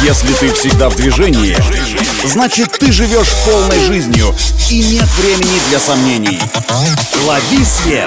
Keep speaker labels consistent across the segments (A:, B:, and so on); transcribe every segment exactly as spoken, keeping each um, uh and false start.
A: Если ты всегда в движении, значит ты живешь полной жизнью и нет времени для сомнений. Лови свет!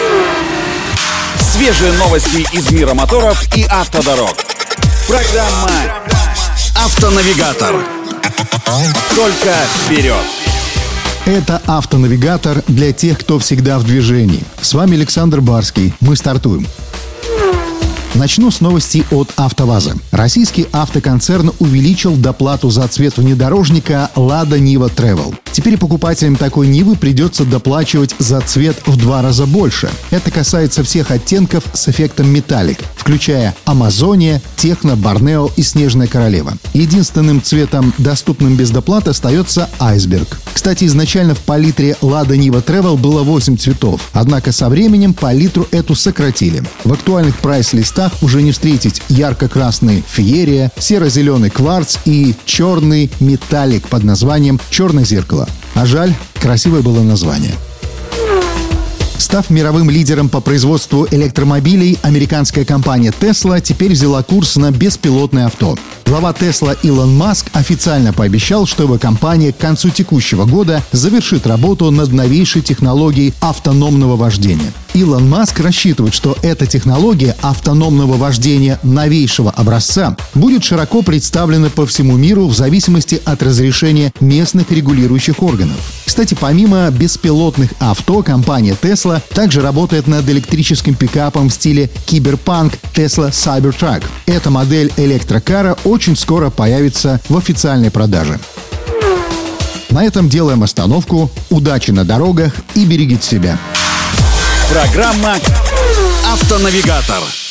A: Свежие новости из мира моторов и автодорог. Программа «Автонавигатор». Только вперед!
B: Это «Автонавигатор» для тех, кто всегда в движении. С вами Александр Барский. Мы стартуем. Начну с новости от АвтоВАЗа. Российский автоконцерн увеличил доплату за цвет внедорожника Lada Niva Travel. Теперь покупателям такой Нивы придется доплачивать за цвет в два раза больше. Это касается всех оттенков с эффектом металлик, включая Амазония, Техно, Борнео и Снежная Королева. Единственным цветом, доступным без доплаты, остается Айсберг. Кстати, изначально в палитре Lada Niva Travel было восемь цветов, однако со временем палитру эту сократили. В актуальных прайс-листах уже не встретить ярко-красный феерия, серо-зеленый кварц и черный металлик под названием «Черное зеркало». А жаль, красивое было название. Став мировым лидером по производству электромобилей, американская компания Tesla теперь взяла курс на беспилотное авто. Глава Tesla Илон Маск официально пообещал, что его компания к концу текущего года завершит работу над новейшей технологией автономного вождения. Илон Маск рассчитывает, что эта технология автономного вождения новейшего образца будет широко представлена по всему миру в зависимости от разрешения местных регулирующих органов. Кстати, помимо беспилотных авто, компания Tesla также работает над электрическим пикапом в стиле киберпанк Tesla Cybertruck. Эта модель электрокара очень скоро появится в официальной продаже. На этом делаем остановку. Удачи на дорогах и берегите себя.
A: Программа «Автонавигатор».